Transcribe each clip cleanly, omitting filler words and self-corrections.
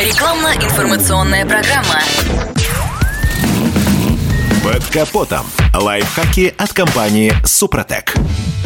Рекламно-информационная программа. Под капотом. Лайфхаки от компании «Супротек».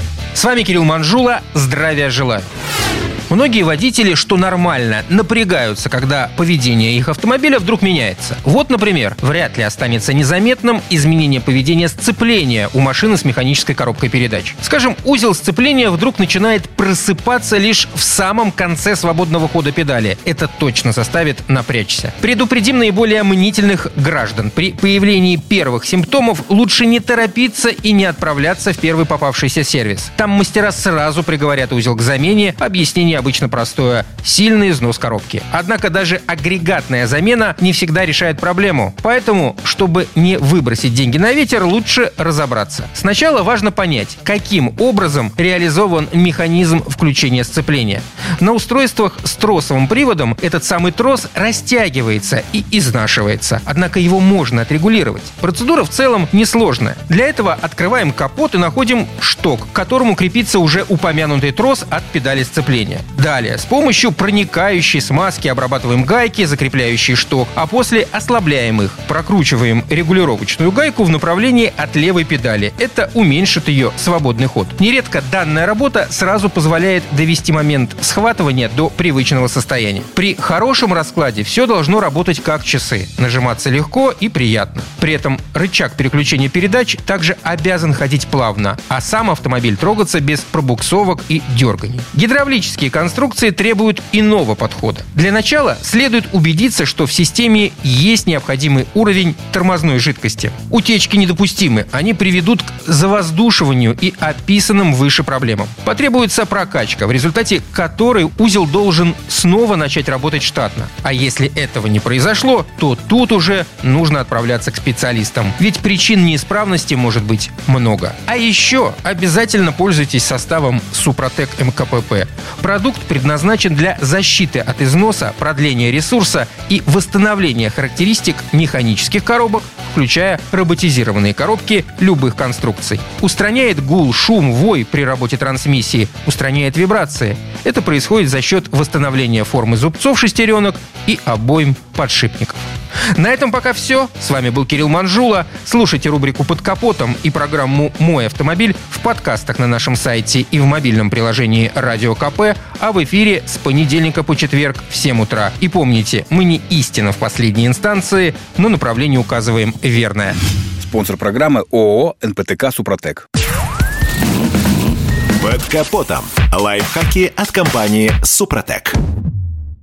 С вами Кирилл Манжула. Здравия желаю. Многие водители, что нормально, напрягаются, когда поведение их автомобиля вдруг меняется. Вот, например, вряд ли останется незаметным изменение поведения сцепления у машины с механической коробкой передач. Скажем, узел сцепления вдруг начинает просыпаться лишь в самом конце свободного хода педали. Это точно заставит напрячься. Предупредим наиболее мнительных граждан. При появлении первых симптомов лучше не торопиться и не отправляться в первый попавшийся сервис. Там мастера сразу приговорят узел к замене, объяснение обычно простое – сильный износ коробки. Однако даже агрегатная замена не всегда решает проблему. Поэтому, чтобы не выбросить деньги на ветер, лучше разобраться. Сначала важно понять, каким образом реализован механизм включения сцепления. На устройствах с тросовым приводом этот самый трос растягивается и изнашивается. Однако его можно отрегулировать. Процедура в целом несложная. Для этого открываем капот и находим шток, к которому крепится уже упомянутый трос от педали сцепления. Далее, с помощью проникающей смазки обрабатываем гайки, закрепляющие шток, а после ослабляем их. Прокручиваем регулировочную гайку в направлении от левой педали. Это уменьшит ее свободный ход. Нередко данная работа сразу позволяет довести момент схватывания до привычного состояния. При хорошем раскладе все должно работать как часы. Нажиматься легко и приятно. При этом рычаг переключения передач также обязан ходить плавно, а сам автомобиль трогаться без пробуксовок и дерганий. Гидравлические конструкции требуют иного подхода. Для начала следует убедиться, что в системе есть необходимый уровень тормозной жидкости. Утечки недопустимы, они приведут к завоздушиванию и описанным выше проблемам. Потребуется прокачка, в результате которой узел должен снова начать работать штатно. А если этого не произошло, то тут уже нужно отправляться к специалистам, ведь причин неисправности может быть много. А еще обязательно пользуйтесь составом Супротек МКПП. Продукт предназначен для защиты от износа, продления ресурса и восстановления характеристик механических коробок, включая роботизированные коробки любых конструкций. Устраняет гул, шум, вой при работе трансмиссии, устраняет вибрации. Это происходит за счет восстановления формы зубцов шестеренок и обойм подшипников. На этом пока все. С вами был Кирилл Манжула. Слушайте рубрику «Под капотом» и программу «Мой автомобиль» в подкастах на нашем сайте и в мобильном приложении «Радио КП», а в эфире с понедельника по четверг в 7 утра. И помните, мы не истина в последней инстанции, но направление указываем верное. Спонсор программы ООО «НПТК Супротек». Под капотом. Лайфхаки от компании «Супротек».